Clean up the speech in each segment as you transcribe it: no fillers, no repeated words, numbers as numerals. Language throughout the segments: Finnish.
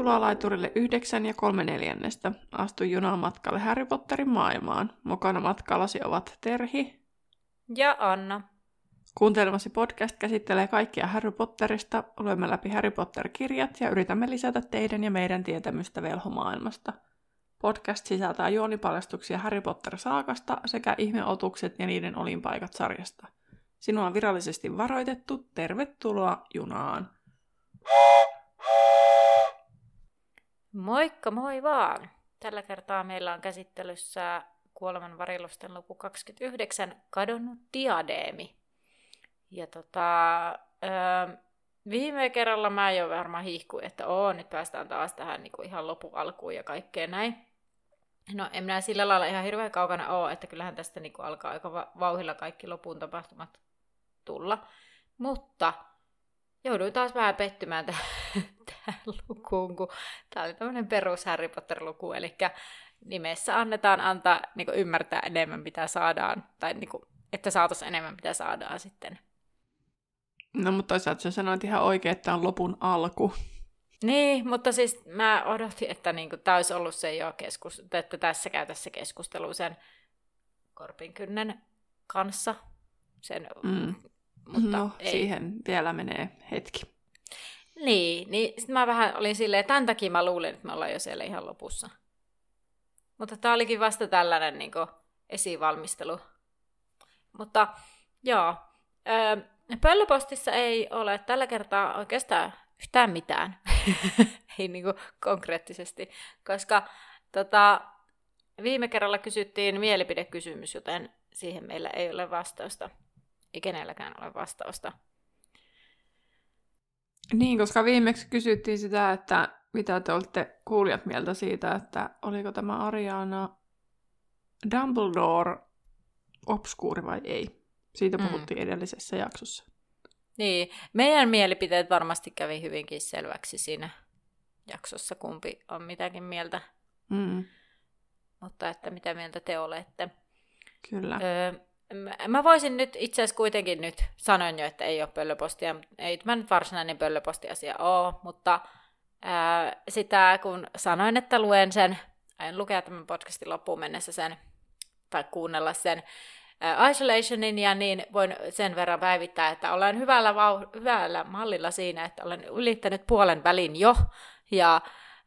Tervetuloa laiturille 9 3/4. Astu junaan matkalle Harry Potterin maailmaan. Mukana matkallasi ovat Terhi ja Anna. Kuuntelemasi podcast käsittelee kaikkia Harry Potterista, luemme läpi Harry Potter-kirjat ja yritämme lisätä teidän ja meidän tietämystä velhomaailmasta. Podcast sisältää juonipaljastuksia Harry Potter-saakasta sekä ihmeotukset ja niiden olinpaikat sarjasta. Sinua on virallisesti varoitettu. Tervetuloa junaan! Moikka moi vaan! Tällä kertaa meillä on käsittelyssä Kuoleman varillusten luku 29, Kadonnut diadeemi. Ja viime kerralla mä jo varmaan hihkuin, että nyt päästään taas tähän niin kuin ihan lopun alkuun ja kaikkea näin. No en minä sillä lailla ihan hirveän kaukana ole, että kyllähän tästä niin kuin alkaa aika vauhdilla kaikki lopun tapahtumat tulla. Mutta jouduin taas vähän pettymään tähän lukuun, kun tämä oli tämmöinen perus Harry Potter-luku, eli nimessä annetaan antaa niin kuin ymmärtää enemmän, mitä saadaan, tai niin kuin, että saataisiin enemmän, mitä saadaan sitten. No, mutta toisaalta sä sanoit ihan oikein, että on lopun alku. Niin, mutta siis mä odotin, että niin kuin, tämä olisi ollut se jo että tässä käytäisiin keskustelu sen Korpinkynnen kanssa. Mutta no, ei. Siihen vielä menee hetki. Niin sitten mä vähän olin silleen, tämän takia mä luulin, että me ollaan jo siellä ihan lopussa. Mutta tää olikin vasta tällainen niin kuin esivalmistelu. Mutta joo, pöllöpostissa ei ole tällä kertaa oikeastaan yhtään mitään. Ei niin kuin konkreettisesti, koska viime kerralla kysyttiin mielipidekysymys, joten siihen meillä ei ole vastausta. Ei kenelläkään ole vastausta. Niin, koska viimeksi kysyttiin sitä, että mitä te olette kuulijat mieltä siitä, että oliko tämä Ariana Dumbledore obskuuri vai ei. Siitä puhuttiin edellisessä jaksossa. Niin, meidän mielipiteet varmasti kävi hyvinkin selväksi siinä jaksossa, kumpi on mitäkin mieltä. Mutta että mitä mieltä te olette. Kyllä. Mä voisin nyt itse asiassa kuitenkin nyt, sanoin jo, että ei ole pöllöpostia, ei tämä nyt varsinainen pöllöpostiasia ole, mutta sitä kun sanoin, että luen sen, aion lukea tämän podcastin loppuun mennessä sen, tai kuunnella sen Isolationin, ja niin voin sen verran päivittää, että olen hyvällä mallilla siinä, että olen ylittänyt puolen välin jo, ja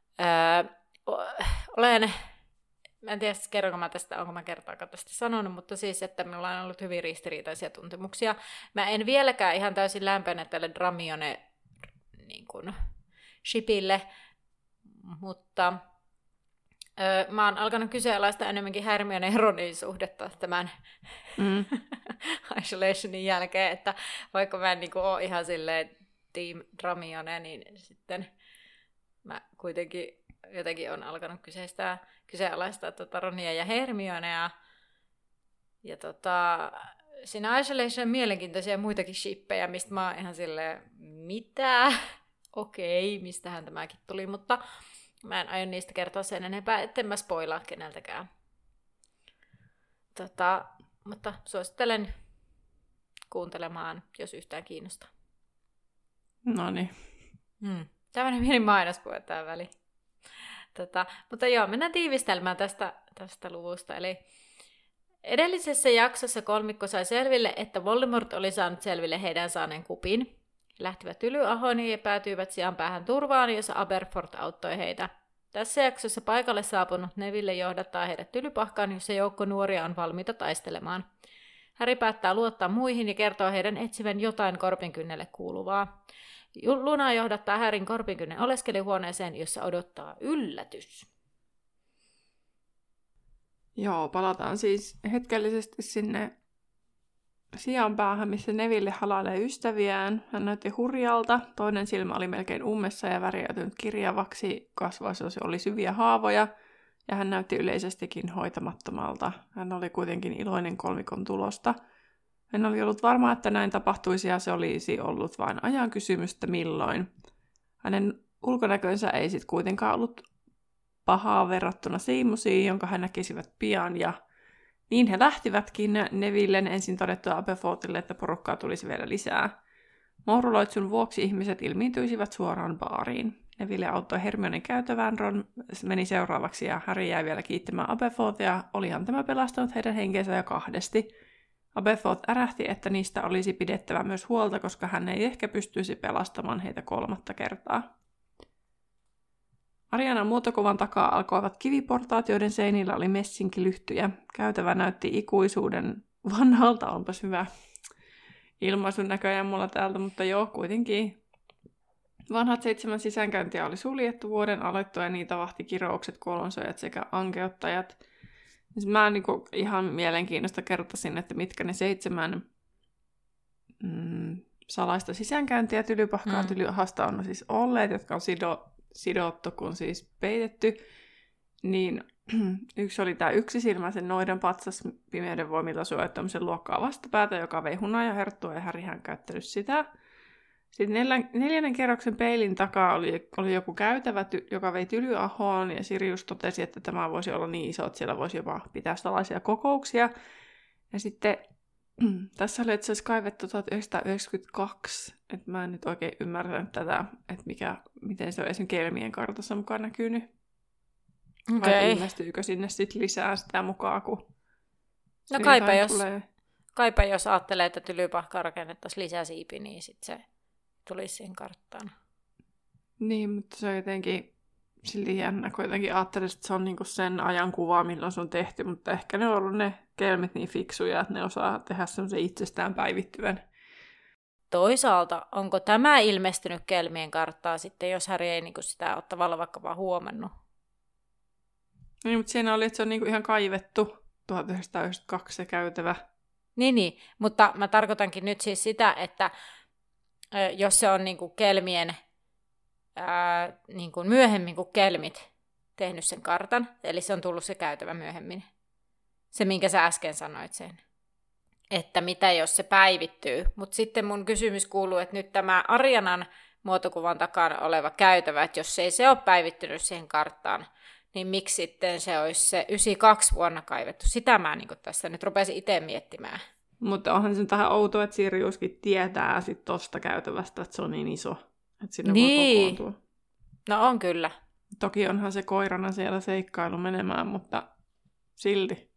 olen... Mä en tiedä, kerronko mä tästä, onko mä kertaakaan tästä sanonut, mutta siis, että minulla on ollut hyvin ristiriitaisia tuntemuksia. Mä en vieläkään ihan täysin lämpene tälle Dramione niin kuin shipille, mutta mä oon alkanut kyseenalaistaa enemmänkin Hermione ja Ronin suhdetta tämän Isolationin jälkeen, että vaikka mä en niin kuin ole ihan silleen Team Dramione, niin sitten mä kuitenkin jotenkin on alkanut kyseenalaistaa Ronia ja Hermionea. Ja siinä Isolation on mielenkiintoisia muitakin shippejä, mistä mä oon ihan silleen, mitä? Okei, mistähän tämäkin tuli, mutta mä en aio niistä kertoa sen enempää, etten mä spoilaa keneltäkään. Mutta suosittelen kuuntelemaan, jos yhtään kiinnostaa. Noniin. Tämmöinen pieni mainospuhe tähän väliin. Mutta joo, mennään tiivistelmään tästä luvusta. Eli edellisessä jaksossa kolmikko sai selville, että Voldemort oli saanut selville heidän saaneen kupin. He lähtivät Ylyahoniin ja päätyivät sijaan päähän turvaan, jossa Aberforth auttoi heitä. Tässä jaksossa paikalle saapunut Neville johdattaa heidät Tylypahkaan, jossa joukko nuoria on valmiita taistelemaan. Harry päättää luottaa muihin ja kertoo heidän etsivän jotain Korpinkynnelle kuuluvaa. Luna johdattaa Harryn Korpinkynnen oleskelihuoneeseen, jossa odottaa yllätys. Joo, palataan siis hetkellisesti sinne sijanpäähän, missä Neville halailee ystäviään. Hän näytti hurjalta, toinen silmä oli melkein ummessa ja värjäytynyt kirjavaksi, kasvoissa oli syviä haavoja, ja hän näytti yleisestikin hoitamattomalta. Hän oli kuitenkin iloinen kolmikon tulosta. Hän oli ollut varma, että näin tapahtuisi ja se olisi ollut vain ajan kysymystä milloin. Hänen ulkonäkönsä ei sitten kuitenkaan ollut pahaa verrattuna Seamusiin, jonka hän näkisivät pian. Ja niin he lähtivätkin Nevillen ensin todettua Aberforthille, että porukkaa tulisi vielä lisää. Mouruloitsun vuoksi ihmiset ilmiintyisivät suoraan baariin. Neville auttoi Hermionen käytävään, Ron meni seuraavaksi ja Harry jäi vielä kiittämään Aberforthia. Olihan tämä pelastanut heidän henkensä jo 2. Aberforth ärähti, että niistä olisi pidettävä myös huolta, koska hän ei ehkä pystyisi pelastamaan heitä 3. kertaa. Arianan muotokuvan takaa alkoivat kiviportaat, joiden seinillä oli messinkilyhtyjä. Käytävä näytti ikuisuuden vanhalta, onpas hyvä ilmaisun näköjään mulla täältä, mutta joo, kuitenkin. Vanhat 7 sisäänkäyntiä oli suljettu vuoden alettua ja niitä vahti kiroukset, kolonsojat sekä ankeuttajat. Mä ihan mielenkiinnosta kertoisin, että mitkä ne 7 salaista sisäänkäyntiä Tylypahkaan Tylyahasta on siis olleet, jotka on sidottu, kun siis peitetty. Niin yksi oli tämä yksisilmäisen noidan patsas pimeyden voimilla suojattamisen luokkaa vastapäätä, joka vei hunaja herttua ja Harryhän käyttänyt sitä. Sitten 4. kerroksen peilin takaa oli joku käytävä, joka vei Tylyahoon, ja Sirius totesi, että tämä voisi olla niin iso, että siellä voisi jopa pitää salaisia kokouksia. Ja sitten tässä oli itse asiassa kaivettu 1992, että mä en nyt oikein ymmärtänyt tätä, että miten se on esimerkiksi Kelmien kartassa mukaan näkynyt. Okay. Vai ilmestyykö sinne sitten lisää sitä mukaan, kun no kaipa jos ajattelee, että Tylypahkaan rakennettaisiin lisää siipi, niin sitten se tulisi siihen karttaan. Niin, mutta se on jotenkin silti jännä, kun jotenkin ajattelisit, että se on niinku sen ajan kuva, milloin se on tehty, mutta ehkä ne on ollut ne kelmit niin fiksuja, että ne osaa tehdä semmoisen itsestään päivittyvän. Toisaalta, onko tämä ilmestynyt kelmien karttaa sitten, jos Harry ei niinku sitä ole tavallaan vaikka vaan huomannut? Niin, mutta siinä oli, että se on niinku ihan kaivettu 1992 se käytävä. Niin, mutta mä tarkoitankin nyt siis sitä, että jos se on niinku kelmien niinku myöhemmin kuin kelmit tehnyt sen kartan, eli se on tullut se käytävä myöhemmin. Se, minkä sä äsken sanoit sen. Että mitä jos se päivittyy. Mutta sitten mun kysymys kuuluu, että nyt tämä Arianan muotokuvan takana oleva käytävä, että jos ei se ole päivittynyt siihen karttaan, niin miksi sitten se olisi se 92 vuonna kaivettu? Sitä mä niin tässä nyt rupesin itse miettimään. Mutta onhan se tähän outoa, että Siriuskin tietää sit tosta käytävästä, että se on niin iso, että sinne voi kokoontua. No on kyllä. Toki onhan se koirana siellä seikkailu menemään, mutta silti.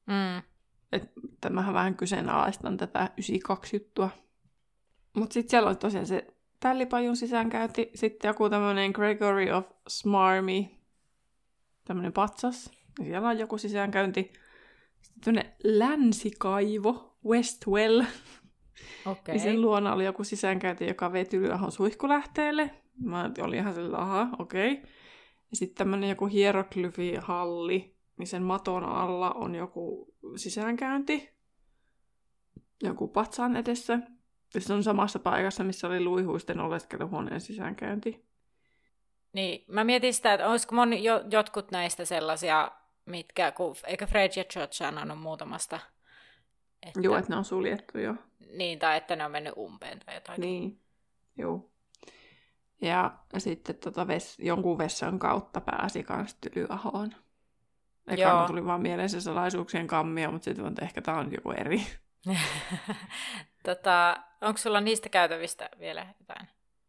Tämähän vähän kyseenalaistan tätä 92 juttua. Mutta sitten siellä on tosiaan se tällipajun sisäänkäynti, sitten joku tämmöinen Gregory of Smarmy, tämmöinen patsas, ja siellä on joku sisäänkäynti. Sitten tämmöinen länsikaivo, Westwell. Okay. Ja sen luona oli joku sisäänkäynti, joka vei Tylyahon suihkulähteelle. Mä olin ihan sellainen, aha, okei. Okay. Ja sitten tämmöinen joku hieroglyfihalli, niin sen maton alla on joku sisäänkäynti. Joku patsaan edessä. Ja se on samassa paikassa, missä oli luihuisten oleskeluhuoneen sisäänkäynti. Niin, mä mietin sitä, että olisiko jotkut näistä sellaisia, mitkä, eikö Fred ja George sanonut muutamasta? Että... Joo, että ne on suljettu jo. Niin, tai että ne on mennyt umpeen tai jotain. Niin, joo. Ja sitten jonkun vessan kautta pääsi kans Tylyahoon. Ekana tuli vaan mieleen se salaisuuksien kammio, mutta sitten ehkä tämä on joku eri. Onko sulla niistä käytävistä vielä jotain?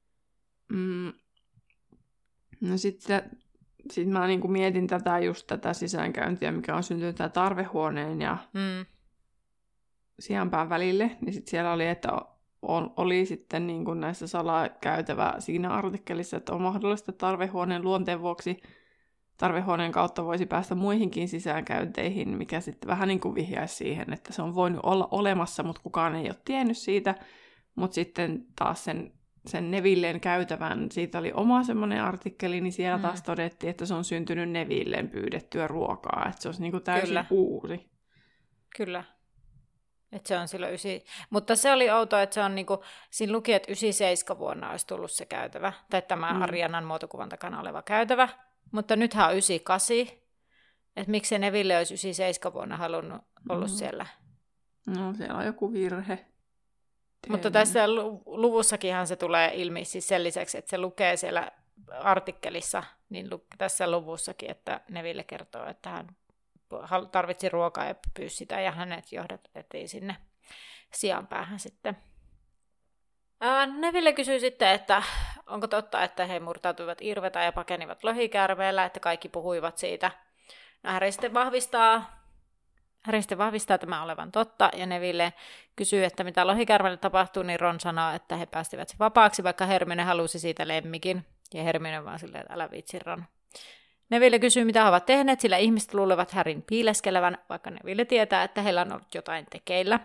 No sitten mä niinku mietin tätä sisäänkäyntiä, mikä on syntynyt tämän tarvehuoneen ja sijainpään välille. Niin sitten siellä oli, että oli sitten niin kuin näissä salakäytävä siinä artikkelissa, että on mahdollista tarvehuoneen luonteen vuoksi tarvehuoneen kautta voisi päästä muihinkin sisäänkäynteihin, mikä sitten vähän niin kuin vihjaisi siihen, että se on voinut olla olemassa, mutta kukaan ei ole tiennyt siitä. Mutta sitten taas sen Nevilleen käytävän, siitä oli oma semmoinen artikkeli, niin siellä taas todettiin, että se on syntynyt Nevilleen pyydettyä ruokaa, että se olisi niin kuin täysin uusi. Kyllä. Että se on silloin Mutta se oli outoa, että se on niinku, siinä luki, että 97 vuonna olisi tullut se käytävä, tai tämä Arianan muotokuvan takana oleva käytävä, mutta nythän on 98, että miksi se Neville olisi 97 vuonna halunnut ollut siellä? No siellä on joku virhe. Mutta tässä luvussakinhan se tulee ilmi, siis sen lisäksi, että se lukee siellä artikkelissa, niin tässä luvussakin, että Neville kertoo, että hän tarvitsi ruokaa ja pyysi sitä, ja hänet johdatettiin sinne sijainpäähän sitten. Neville kysyi sitten, että onko totta, että he murtautuivat Irvetä ja pakenivat lohikäärmeellä, että kaikki puhuivat siitä. No, Harry sitten vahvistaa tämän olevan totta, ja Neville kysyy, että mitä lohikäärmeelle tapahtuu, niin Ron sanoo, että he päästivät sen vapaaksi, vaikka Hermione halusi siitä lemmikin. Ja Hermione vaan silleen, että älä viitsi, Ron. Neville kysyy, mitä he ovat tehneet, sillä ihmiset luulevat Harryn piileskelevän, vaikka Neville tietää, että heillä on ollut jotain tekeillä.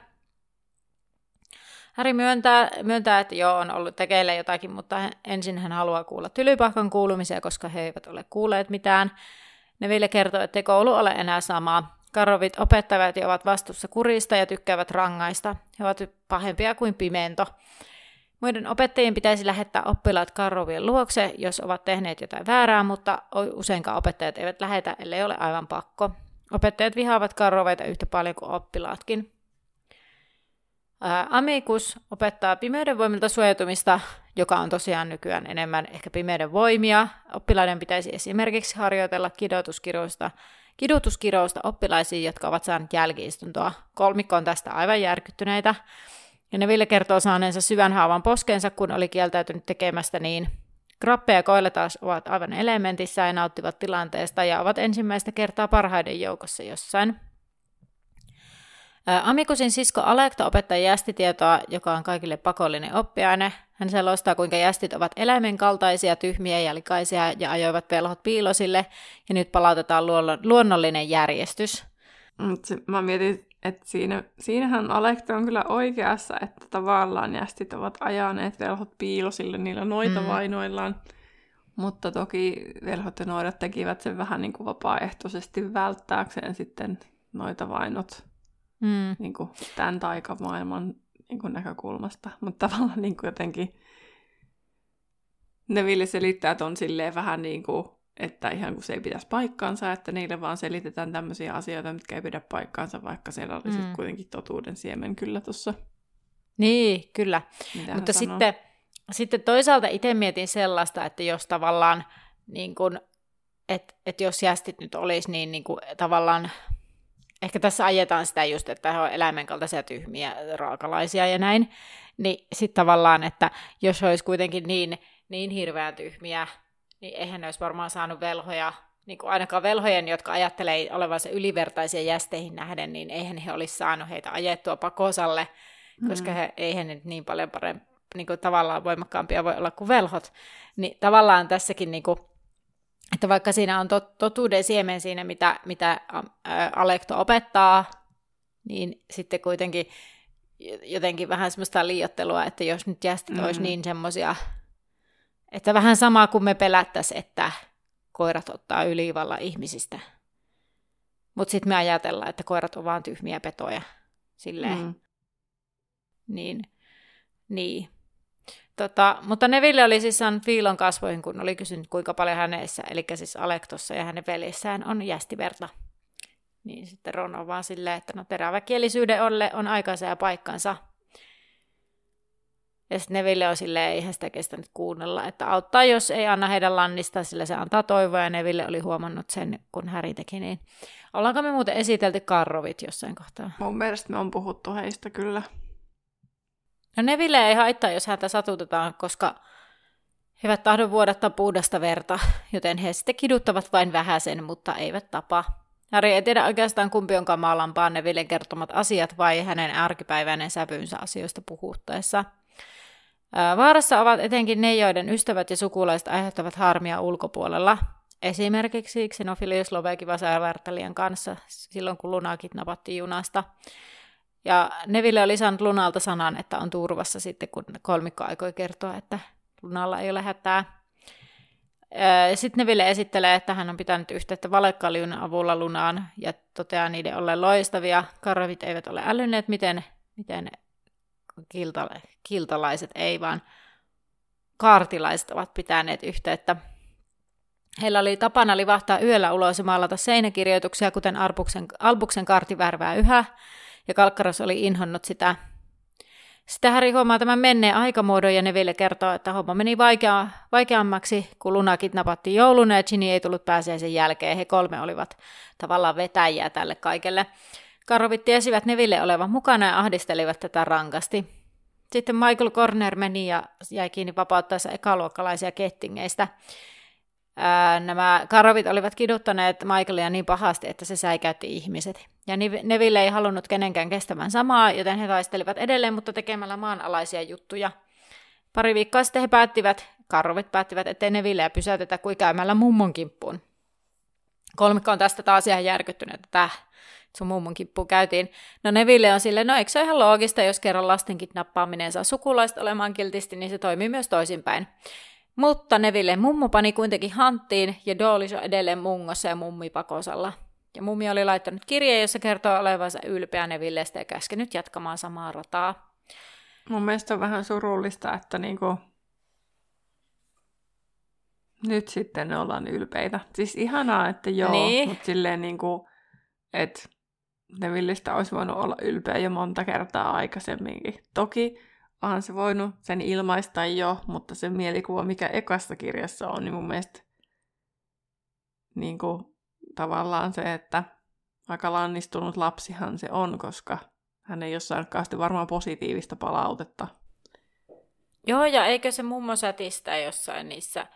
Harry myöntää, että joo, on ollut tekeillä jotakin, mutta ensin hän haluaa kuulla Tylypahkan kuulumisia, koska he eivät ole kuulleet mitään. Neville kertoo, että ei koulu ole enää samaa. Karrovit opettavat ja ovat vastuussa kurista ja tykkäävät rangaista. He ovat pahempia kuin pimento. Muiden opettajien pitäisi lähettää oppilaat Karrovien luokse, jos ovat tehneet jotain väärää, mutta useinkaan opettajat eivät lähetä, ellei ole aivan pakko. Opettajat vihaavat Karroveita yhtä paljon kuin oppilaatkin. Amicus opettaa pimeyden voimilta suojautumista, joka on tosiaan nykyään enemmän ehkä pimeyden voimia. Oppilaiden pitäisi esimerkiksi harjoitella kidutuskirousta oppilaisiin, jotka ovat saaneet jälki-istuntoa. Kolmikko on tästä aivan järkyttyneitä. Ja Neville kertoo saaneensa syvän haavan poskeensa, kun oli kieltäytynyt tekemästä niin. Grappe ja Koile taas ovat aivan elementissä ja nauttivat tilanteesta ja ovat ensimmäistä kertaa parhaiden joukossa jossain. Amikusin sisko Alekta opettaa jästitietoa, joka on kaikille pakollinen oppiaine. Hän selostaa, kuinka jästit ovat eläimenkaltaisia, tyhmiä ja likaisia ja ajoivat velhot piilosille, ja nyt palautetaan luonnollinen järjestys. Mä mietin, että siinähän Alekta on kyllä oikeassa, että tavallaan jästit ovat ajaneet velhot piilosille niillä noitavainoillaan. Mutta toki velhot ja noidat tekivät sen vähän niin kuin vapaaehtoisesti välttääkseen sitten noitavainot. Niin kuin tämän taikamaailman niin kuin näkökulmasta. Mutta tavallaan niin kuin jotenkin Neville selittää, että on silleen vähän niin kuin, että ihan kuin se ei pitäisi paikkaansa, että niille vaan selitetään tämmöisiä asioita, mitkä ei pidä paikkaansa, vaikka siellä oli sitten kuitenkin totuuden siemen kyllä tuossa. Niin, kyllä. Mutta sitten toisaalta itse mietin sellaista, että jos tavallaan, niin kuin, että jos jästit nyt olisi niin kuin, tavallaan, ehkä tässä ajetaan sitä just, että he on eläimenkaltaisia tyhmiä raakalaisia ja näin, niin sitten tavallaan, että jos olisi kuitenkin niin hirveän tyhmiä, niin eihän ne olisi varmaan saanut velhoja, niin kuin ainakaan velhojen, jotka ajattelee olevansa ylivertaisia jästeihin nähden, niin eihän he olisi saanut heitä ajettua pakosalle, koska eihän ne niin paljon niin kuin tavallaan voimakkaampia voi olla kuin velhot. Niin tavallaan tässäkin, niin kuin, että vaikka siinä on totuuden siemen siinä, mitä Alekto opettaa, niin sitten kuitenkin jotenkin vähän semmoista liioittelua, että jos nyt jästit olisi niin semmoisia, että vähän samaa kuin me pelättäisiin, että koirat ottaa ylivallan ihmisistä. Mutta sitten me ajatellaan, että koirat on vaan tyhmiä petoja. Silleen. Niin. Mutta Neville oli siis saanut viilon kasvoihin, kun oli kysynyt, kuinka paljon hänessä, eli siis Alektossa ja hänen veljessään on jästiverta. Niin sitten Ron on vaan silleen, että no teräväkielisyyden on aikansa ja paikkansa. Ja sitten Neville on silleen, eihän sitä kestänyt kuunnella, että auttaa, jos ei anna heidän lannistaa, sillä se antaa toivoa, ja Neville oli huomannut sen, kun Harry teki niin. Ollaanko me muuten esitelty Karrovit jossain kohtaa? Mun mielestä me on puhuttu heistä kyllä. No Neville ei haittaa, jos häntä satutetaan, koska he eivät tahdo vuodattaa puhdasta verta, joten he sitten kiduttavat vain vähäsen, mutta eivät tapa. Harry ei tiedä oikeastaan kumpi on kamalampaa, Nevillen kertomat asiat vai hänen arkipäiväinen sävynsä asioista puhuttaessa. Vaarassa ovat etenkin ne, joiden ystävät ja sukulaiset aiheuttavat harmia ulkopuolella. Esimerkiksi Xenophilius Loveckiva Sävartalian kanssa silloin, kun Luna kidnappattiin junasta. Ja Neville oli saanut Lunalta sanan, että on turvassa sitten, kun kolmikko aikoi kertoa, että Lunalla ei ole hätää. Sitten Neville esittelee, että hän on pitänyt yhteyttä valekaljun avulla Lunaan ja toteaa niiden olleen loistavia. Karrovit eivät ole älynneet, miten kiltalaiset, ei vaan kaartilaiset ovat pitäneet yhteyttä. Heillä oli tapana livahtaa yöllä ulos ja maalata seinäkirjoituksia, kuten Albuksen kaarti värvää yhä, ja Kalkkaros oli inhonnut sitä. Sitten Harry huomaa tämän menneen aikamuodon ja Neville kertoo, että homma meni vaikeammaksi, kun Luna kidnappattiin jouluna ja Ginny ei tullut pääsiäisen jälkeen. He kolme olivat tavallaan vetäjiä tälle kaikelle. Karrovit tiesivät Neville olevan mukana ja ahdistelivat tätä rankasti. Sitten Michael Corner meni ja jäi kiinni vapauttaessa ekaluokkalaisia kettingeistä. Nämä karvit olivat kiduttaneet Michaelia niin pahasti, että se säikäytti ihmiset. Ja Neville ei halunnut kenenkään kestävän samaa, joten he taistelivat edelleen, mutta tekemällä maanalaisia juttuja. Pari viikkoa sitten karvit päättivät, ettei Nevilleä pysäytetä kuin käymällä mummon kimppuun. Kolmikko on tästä taas ihan järkyttynyt, että sun mummon kimppuun käytiin. No Neville on silleen, no eikö se ole ihan loogista, jos kerran lasten kidnappaaminen saa sukulaiset olemaan kiltisti, niin se toimii myös toisinpäin. Mutta Neville mummo pani kuitenkin hanttiin ja Dawlish on edelleen mungossa ja mummi pakosalla. Ja mummi oli laittanut kirjeen, jossa kertoo olevansa ylpeä Nevillestä ja käskenyt jatkamaan samaa rataa. Mun mielestä on vähän surullista, että niinku nyt sitten ollaan ylpeitä. Siis ihanaa, että joo, niin. Mutta silleen niinku, että Nevillestä olisi voinut olla ylpeä jo monta kertaa aikaisemminkin. Toki onhan se voinut sen ilmaista jo, mutta se mielikuva, mikä ekassa kirjassa on, niin mun mielestä niinku, tavallaan se, että aika lannistunut lapsihan se on, koska hän ei ole saanutkaan varmaan positiivista palautetta. Joo, ja eikö se mummo sätistä jossain niissä,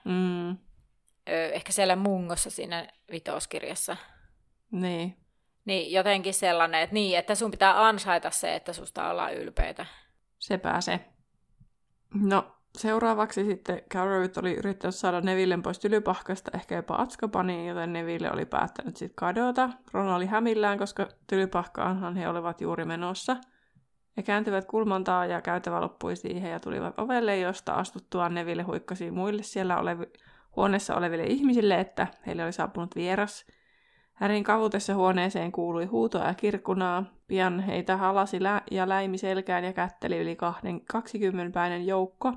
ehkä siellä mungossa siinä vitoskirjassa. Niin. Niin jotenkin sellainen, että sun pitää ansaita se, että susta ollaan ylpeitä. Sepä se. No, seuraavaksi sitten Carrot oli yrittänyt saada Nevillen pois Tylypahkasta, ehkä jopa Azkabaniin, joten Neville oli päättänyt sitten kadota. Ron oli hämillään, koska Tylypahkaanhan he olivat juuri menossa. He kääntyivät kulmantaa ja käytävä loppui siihen ja tulivat ovelle, josta astuttuaan Neville huikkasi muille siellä huoneessa oleville ihmisille, että heille oli saapunut vieras. Harryn kavutessa huoneeseen kuului huutoa ja kirkunaa. Pian heitä halasi ja läimi selkään ja kätteli yli 20-päinen joukko.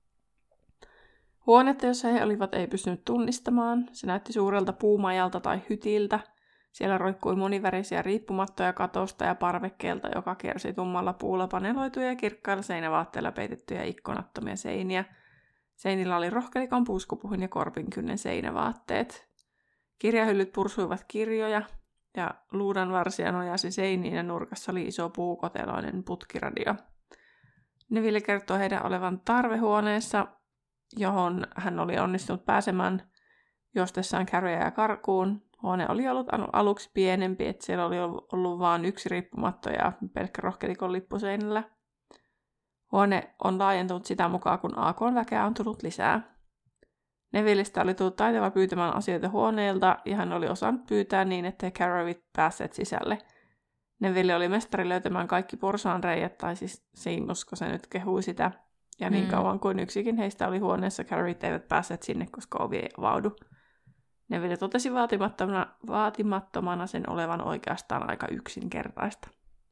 Huonetta, jossa he olivat, ei pystynyt tunnistamaan. Se näytti suurelta puumajalta tai hytiltä. Siellä roikkui monivärisiä riippumattoja katosta ja parvekkeelta, joka kiersi tummalla puulla paneloituja ja kirkkailla seinävaatteilla peitettyjä ikkunattomia seiniä. Seinillä oli rohkelikon puuskupuhin ja korpinkynnen seinävaatteet. Kirjahyllyt pursuivat kirjoja ja luudan varsia nojasi seiniin ja nurkassa oli iso puukoteloinen putkiradio. Neville kertoi heidän olevan tarvehuoneessa, johon hän oli onnistunut pääsemään jostessaan Carrieä karkuun. Huone oli ollut aluksi pienempi, että siellä oli ollut vain yksi riippumatto ja pelkkä rohkelikon lippu seinällä. Huone on laajentunut sitä mukaan, kun AK-väkeä on tullut lisää. Nevillestä oli tullut taitava pyytämään asioita huoneelta, ja hän oli osannut pyytää niin, ettei Carrot päässeet sisälle. Neville oli mestari löytämään kaikki porsaanreijät, tai siis Seamus, kun se nyt kehui sitä. Ja niin kauan kuin yksikin heistä oli huoneessa, Carrot eivät päässeet sinne, koska ovi ei avaudu. Neville totesi vaatimattomana sen olevan oikeastaan aika yksinkertaista.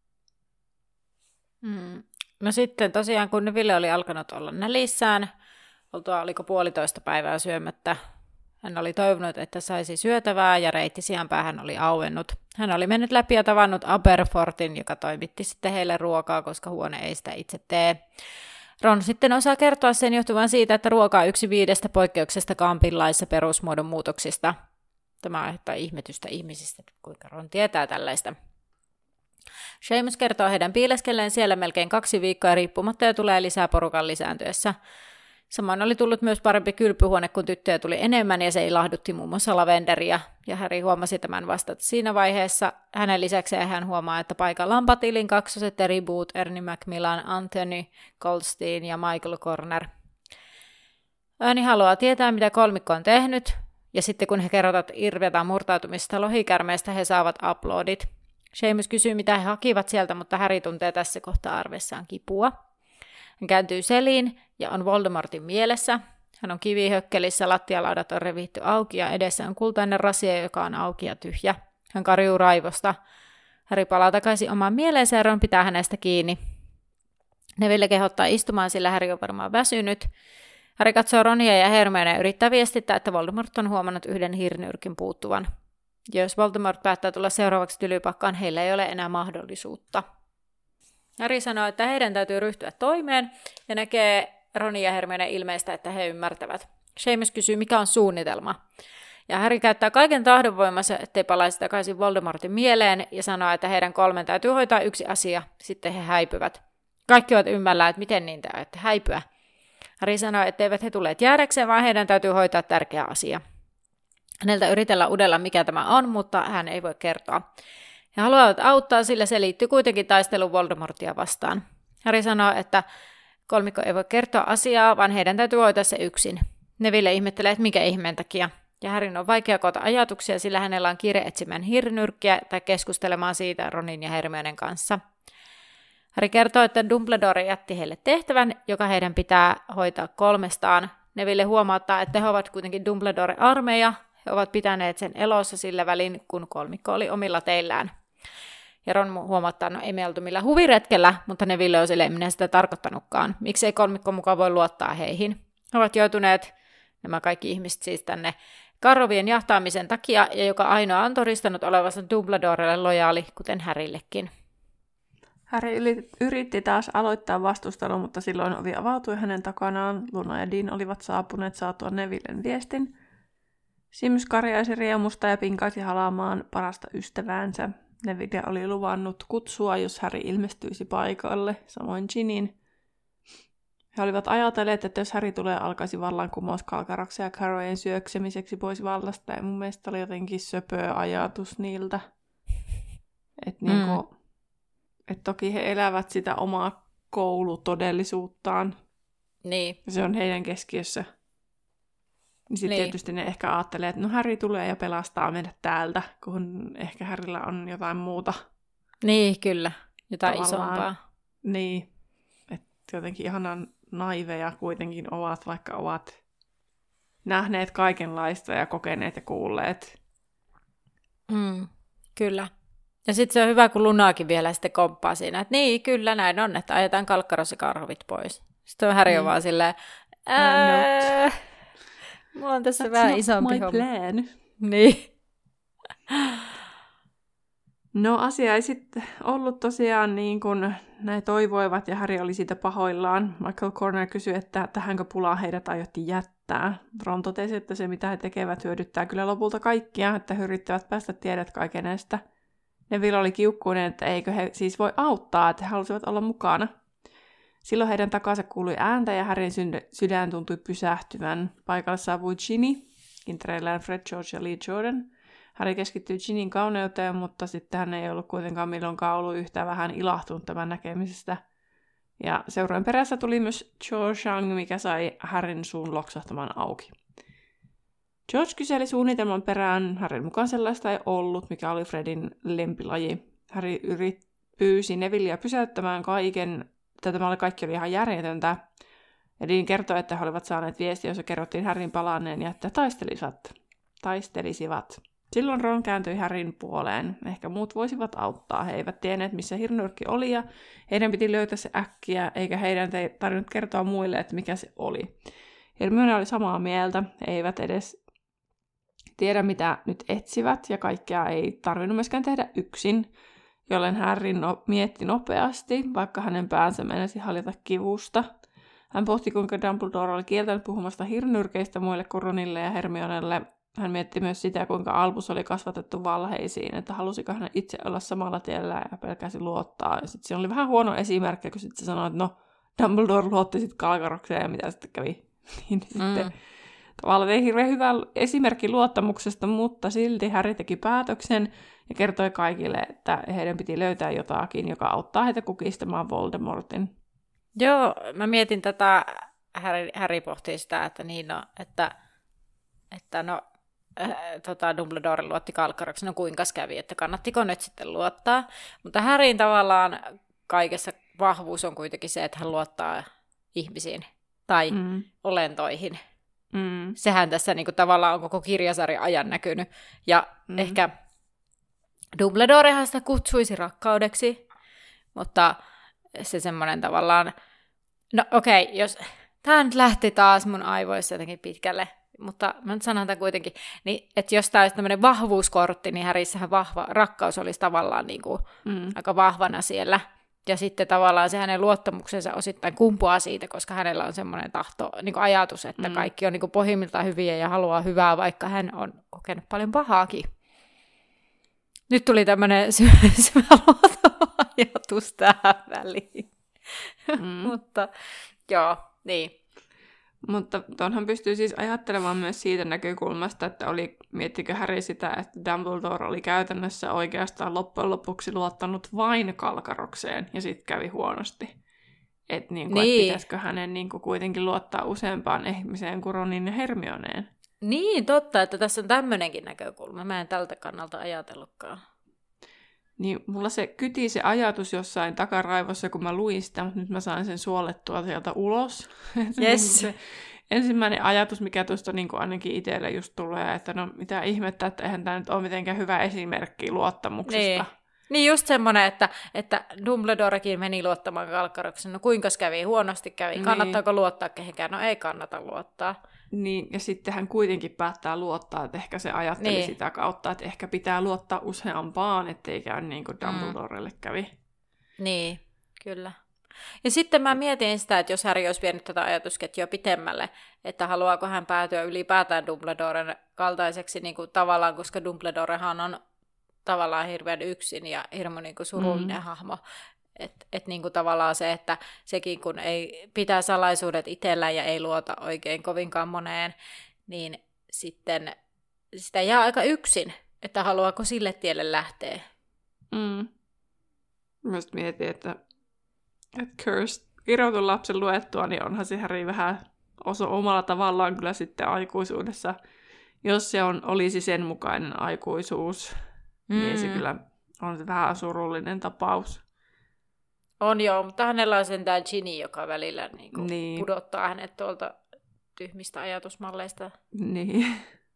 No sitten tosiaan, kun Neville oli alkanut olla nälissään, oliko 1,5 päivää syömättä. Hän oli toivonut, että saisi syötävää ja reitti sianpäähän oli auennut. Hän oli mennyt läpi ja tavannut Aberfortin, joka toimitti sitten heille ruokaa, koska huone ei sitä itse tee. Ron sitten osaa kertoa sen johtuvan siitä, että ruoka on yksi 5 poikkeuksesta Kampin laissa perusmuodon muutoksista. Tämä aiheuttaa ihmetystä ihmisistä, kuinka Ron tietää tällaista. Seamus kertoo heidän piileskelleen siellä melkein 2 viikkoa riippumatta ja tulee lisää porukan lisääntyessä. Samoin oli tullut myös parempi kylpyhuone, kun tyttöjä tuli enemmän ja se ilahdutti muun muassa Lavenderia. Ja Harry huomasi tämän vasta siinä vaiheessa. Hänen lisäkseen hän huomaa, että paikalla on Patilin kaksoset, Terry Booth, Ernie Macmillan, Anthony Goldstein ja Michael Corner. Ernie haluaa tietää, mitä kolmikko on tehnyt. Ja sitten kun he kertovat Irvetan murtautumista lohikärmeestä, he saavat uploadit. Seamus kysyy, mitä he hakivat sieltä, mutta Harry tuntee tässä kohtaa arvessaan kipua. Hän kääntyy seliin ja on Voldemortin mielessä. Hän on kivihökkelissä, lattialaudat on revitty auki ja edessä on kultainen rasia, joka on auki ja tyhjä. Hän karjuu raivosta. Harry palaa takaisin omaan mieleensä ja Ron pitää hänestä kiinni. Neville kehottaa istumaan, sillä Harry on varmaan väsynyt. Harry katsoo Ronia ja Hermione ja yrittää viestittää, että Voldemort on huomannut yhden hirnyrkin puuttuvan. Ja jos Voldemort päättää tulla seuraavaksi Tylypahkaan, heillä ei ole enää mahdollisuutta. Harry sanoo, että heidän täytyy ryhtyä toimeen ja näkee Ronin ja Hermione ilmeistä, että he ymmärtävät. Seamus kysyy, mikä on suunnitelma. Ja Harry käyttää kaiken tahdonvoimansa, ettei palaisi takaisin Voldemortin mieleen ja sanoo, että heidän 3 täytyy hoitaa yksi asia, sitten he häipyvät. Kaikki ovat ymmällään, että miten niin te ajatte häipyä. Harry sanoi, että eivät he tulleet jäädäkseen, vaan heidän täytyy hoitaa tärkeä asia. Häneltä yritellään udella, mikä tämä on, mutta hän ei voi kertoa. He haluavat auttaa, sillä se liittyy kuitenkin taisteluun Voldemortia vastaan. Harry sanoo, että kolmikko ei voi kertoa asiaa, vaan heidän täytyy hoitaa se yksin. Neville ihmettelee, että mikä ihmeen takia. Ja Harryn on vaikea koota ajatuksia, sillä hänellä on kiire etsimään hirnyrkkiä tai keskustelemaan siitä Ronin ja Hermionen kanssa. Harry kertoo, että Dumbledore jätti heille tehtävän, joka heidän pitää hoitaa 3. Neville huomauttaa, että he ovat kuitenkin Dumbledore-armeija. He ovat pitäneet sen elossa sillä välin, kun kolmikko oli omilla teillään. Ja Ron huomauttaa, no ei me oltu millään huviretkellä, mutta Neville on silleen, minä sitä tarkoittanutkaan. Miksei kolmikko mukaan voi luottaa heihin? He ovat joutuneet, nämä kaikki ihmiset siis tänne karrovien jahtaamisen takia, ja joka ainoa on todistanut olevansa Dumbledorelle lojaali, kuten Harryllekin. Harry yritti taas aloittaa vastustelun, mutta silloin ovi avautui hänen takanaan. Luna ja Dean olivat saapuneet saatua Nevillen viestin. Sims karjaisi riemusta ja pinkaisi halaamaan parasta ystäväänsä. Neville oli luvannut kutsua, jos Harry ilmestyisi paikalle, samoin Ginin. He olivat ajatelleet, että jos Harry tulee, alkaisi vallankumous Kalkaraksen ja Carrowayn syöksemiseksi pois vallasta, ja mun mielestä oli jotenkin söpöä ajatus niiltä. Että et toki he elävät sitä omaa koulutodellisuuttaan. Niin. Ja se on heidän keskiössä. Sitten tietysti ne ehkä ajattelee, että no Harry tulee ja pelastaa meidät täältä, kun ehkä Harrylla on jotain muuta. Niin, kyllä. Jotain tavallaan isompaa. Niin. Että jotenkin ihanan naiveja kuitenkin ovat, vaikka ovat nähneet kaikenlaista ja kokeneet ja kuulleet. Kyllä. Ja sitten se on hyvä, kun Lunaakin vielä sitten komppaa siinä, että niin, kyllä näin on, että ajetaan Kalkkaros ja Karhovit pois. Sitten on Harry vaan silleen, mulla on tässä vähän isompi homma. Plan. Niin. No asia ei sitten ollut tosiaan niin kuin ne toivoivat ja Harry oli siitä pahoillaan. Michael Corner kysyi, että tähänkö pulaa heidät aiotti jättää. Ron totesi, että se mitä he tekevät hyödyttää kyllä lopulta kaikkia, että he yrittävät päästä tiedät kaikeneesta. Neville oli kiukkuinen, että eikö he siis voi auttaa, että he halusivat olla mukana. Silloin heidän takansa kuului ääntä ja Harryn sydän tuntui pysähtyvän. Paikalle saapui Ginny, kintereillään Fred George ja Lee Jordan. Harry keskittyi Ginnyn kauneuteen, mutta sitten hän ei ollut kuitenkaan milloinkaan ollut yhtään vähän ilahtunut tämän näkemisestä. Ja seurojen perässä tuli myös Cho Chang, mikä sai Harryn suun loksahtamaan auki. George kyseli suunnitelman perään. Harryn mukaan sellaista ei ollut, mikä oli Fredin lempilaji. Harry pyysi Nevilleä pysäyttämään kaiken. Tämä kaikki oli ihan järjetöntä. Ja Dean kertoi, että he olivat saaneet viestiä, jossa kerrottiin Harryn palanneen ja että taistelisivat. Silloin Ron kääntyi Harryn puoleen. Ehkä muut voisivat auttaa. He eivät tienneet, missä hirnyrkki oli ja heidän piti löytää se äkkiä, eikä heidän tarvinnut kertoa muille, että mikä se oli. Hermione oli samaa mieltä. He eivät edes tiedä, mitä nyt etsivät ja kaikkea ei tarvinnut myöskään tehdä yksin, jollen Harry mietti nopeasti, vaikka hänen päänsä meinasi haljeta kivusta. Hän pohti, kuinka Dumbledore oli kieltänyt puhumasta hirnyrkeistä muille kuin Ronille ja Hermionelle. Hän mietti myös sitä, kuinka Albus oli kasvatettu valheisiin, että halusiko hän itse olla samalla tiellä ja pelkäsi luottaa. Ja sitten siinä oli vähän huono esimerkki, kun sitten se sanoi, että no, Dumbledore luotti sitten Kalkarokseen ja mitä sitten kävi. Niin sitten tavallaan ei hirveän hyvä esimerkki luottamuksesta, mutta silti Harry teki päätöksen ja kertoi kaikille, että heidän piti löytää jotakin, joka auttaa heitä kukistamaan Voldemortin. Joo, mä mietin tätä, Harry pohtii sitä, että niin no, että Dumbledore luotti Kalkkaroksen, no kuinka kävi, että kannattiko nyt sitten luottaa. Mutta Harryn tavallaan kaikessa vahvuus on kuitenkin se, että hän luottaa ihmisiin tai olentoihin. Sehän tässä niinku tavallaan on koko kirjasarjan ajan näkynyt. Ja ehkä Dumbledorehan sitä kutsuisi rakkaudeksi, mutta se semmoinen tavallaan, no okei, jos tämä nyt lähti taas mun aivoissa jotenkin pitkälle, mutta mä nyt sanon tämän kuitenkin, niin, että jos tämä olisi tämmöinen vahvuuskortti, niin Harryssähän rakkaus olisi tavallaan niinku aika vahvana siellä. Ja sitten tavallaan se hänen luottamuksensa osittain kumpuaa siitä, koska hänellä on semmoinen tahto, niin kuin ajatus, että kaikki on niin kuin pohjimmiltaan hyviä ja haluaa hyvää, vaikka hän on kokenut paljon pahaakin. Nyt tuli tämmöinen syvä luottava ajatus tähän väliin. Mutta joo, niin. Mutta tuonhan pystyy siis ajattelemaan myös siitä näkökulmasta, että miettikö Harry sitä, että Dumbledore oli käytännössä oikeastaan loppujen lopuksi luottanut vain Kalkarokseen ja sitten kävi huonosti. Että et pitäisikö hänen kuitenkin luottaa useampaan ihmiseen kuin Ronin ja Hermioneen. Niin, totta, että tässä on tämmöinenkin näkökulma. Mä en tältä kannalta ajatellutkaan. Niin mulla se kyti se ajatus jossain takaraivossa, kun mä luin sitä, mutta nyt mä sain sen suolettua sieltä ulos. Yes. Se ensimmäinen ajatus, mikä tuosta ainakin itselle just tulee, että no mitä ihmettä, että eihän tämä nyt ole mitenkään hyvä esimerkki luottamuksesta. Niin just semmoinen, että Dumbledorekin meni luottamaan Kalkkaroksen. No kuinka kävi? Huonosti kävi. Kannattaako luottaa kehenkään? No ei kannata luottaa. Niin, ja sitten hän kuitenkin päättää luottaa, että ehkä se ajatteli sitä kautta, että ehkä pitää luottaa useampaan, ettei käy niin kuin Dumbledorelle kävi. Niin, kyllä. Ja sitten mä mietin sitä, että jos Harry olisi vienyt tätä ajatusketjua pitemmälle, että haluaako hän päätyä ylipäätään Dumbledoren kaltaiseksi niin kuin tavallaan, koska Dumbledorehan on tavallaan hirveän yksin ja hirveän niin kuin surullinen hahmo. Että niin kuin tavallaan se, että sekin kun ei pitää salaisuudet itsellään ja ei luota oikein kovinkaan moneen, niin sitten sitä jää aika yksin, että haluaako sille tielle lähteä. Mä just mietin, että Cursed kirjoitun lapsen luettua, niin onhan se Harry vähän omalla tavallaan kyllä sitten aikuisuudessa. Jos se olisi sen mukainen aikuisuus, niin se kyllä on se vähän surullinen tapaus. On joo, mutta hänellä on sentään Ginny, joka välillä pudottaa hänet tuolta tyhmistä ajatusmalleista. Niin.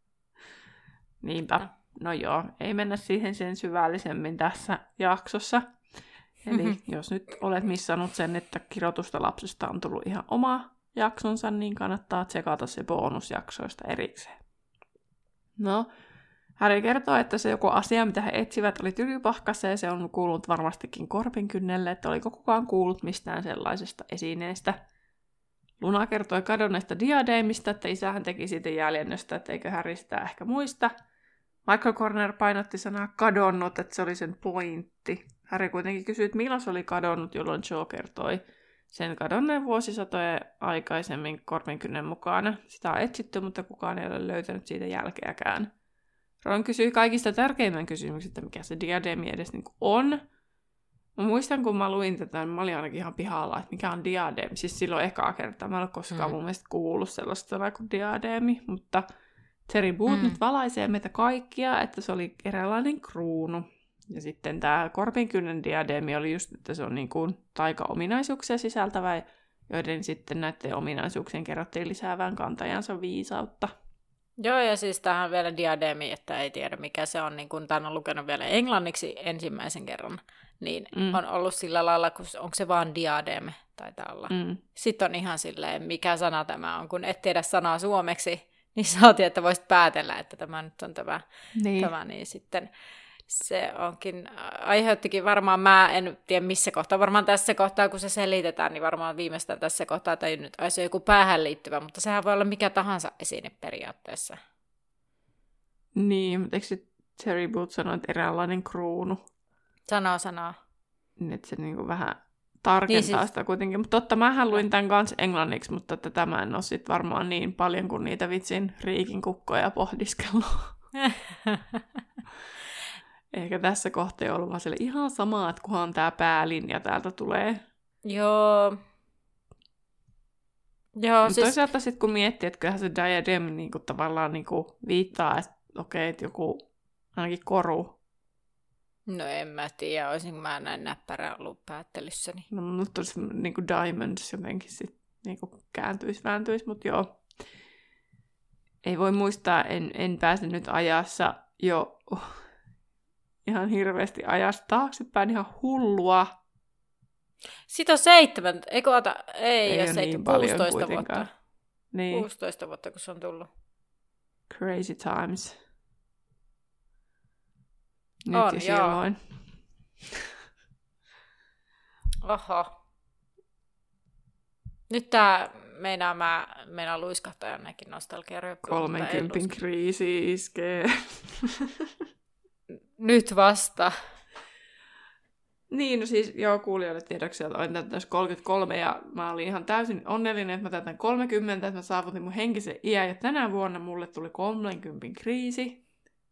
Niinpä. No joo, ei mennä siihen sen syvällisemmin tässä jaksossa. Eli jos nyt olet missannut sen, että kirjoitusta lapsesta on tullut ihan oma jaksonsa, niin kannattaa tsekata se bonusjaksoista erikseen. No, Harry kertoo, että se joku asia, mitä he etsivät, oli Tylypahkassa, ja se on kuullut varmastikin Korpinkynnelle, että oliko kukaan kuullut mistään sellaisesta esineestä. Luna kertoi kadonneesta diadeemista, että isähän teki siitä jäljennöstä, että eikö Harry sitä ehkä muista. Michael Corner painotti sanaa kadonnut, että se oli sen pointti. Harry kuitenkin kysyi, että milloin se oli kadonnut, jolloin Cho kertoi sen kadonneen vuosisatojen aikaisemmin Korpinkynnen mukana. Sitä on etsitty, mutta kukaan ei ole löytänyt siitä jälkeäkään. Ron kysyi kaikista tärkeimmän kysymyksen, että mikä se diadeemi edes on. Mä muistan, kun mä luin tätä, niin mä olin ainakin ihan pihalla, että mikä on diadeemi. Siis silloin ekaa kertaa. Mä en ole koskaan mun mielestä kuullut sellaista sanaa kuin diadeemi, mutta Terry Boot nyt valaisee meitä kaikkia, että se oli eräänlainen kruunu. Ja sitten tämä Korpinkynnen diadeemi oli just, että se on niin kuin taikaominaisuuksia sisältävä, joiden sitten näiden ominaisuuksien kerrottiin lisäävän kantajansa viisautta. Joo, ja siis tähän on vielä diadeemi, että ei tiedä mikä se on, niin kun tämän on lukenut vielä englanniksi ensimmäisen kerran, niin on ollut sillä lailla, kun onko se vaan diademe, taitaa olla. Sitten on ihan silleen, mikä sana tämä on, kun et tiedä sanaa suomeksi, niin saatiin, että voisit päätellä, että tämä nyt on tämä, niin sitten se onkin, aiheuttikin varmaan, mä en tiedä missä kohtaa, varmaan tässä kohtaa, kun se selitetään, niin varmaan viimeistään tässä kohtaa tajunnut, että se on joku päähän liittyvä, mutta sehän voi olla mikä tahansa esine periaatteessa. Niin, mutta eikö se Terry Boot sanoi, että eräänlainen kruunu? Sanoo. Että se niinku vähän tarkentaa niin sitä kuitenkin. Mutta totta, mähän luin tämän kanssa englanniksi, mutta että mä en ole sit varmaan niin paljon kuin niitä vitsin Riikin kukkoja pohdiskellut. Ehkä tässä kohtaa ei ollut vaan sille ihan sama, että kunhan tämä päälinja täältä tulee. Joo, siis toisaalta sitten kun miettii, että kyllähän se diadem niinku tavallaan niinku viittaa, että okei, että joku ainakin koru. No en mä tiedä, olisinko mä näin näppärä ollut päättelyssäni. No mutta olisi niinku diamonds jotenkin sitten niinku vääntyisi, mutta joo. Ei voi muistaa, en pääse nyt ajassa jo ihan hirveästi ajasta taaksepäin, ihan hullua. Siitä on 7, ei 7, niin 16 vuotta. Niin. 16 vuotta, kun se on tullut. Crazy times. Nyt on, ja silloin. Oho. Nyt tää meinaa luiskahtaa jonnekin nostalgiaryöppyyn. 30 kriisi iskee. Nyt vasta. Niin, no siis joo, kuulijoille tiedoksi, että olin täyttänyt 33 ja mä olin ihan täysin onnellinen, että mä täytän 30, että mä saavutin mun henkisen iän ja tänä vuonna mulle tuli 30 kriisi.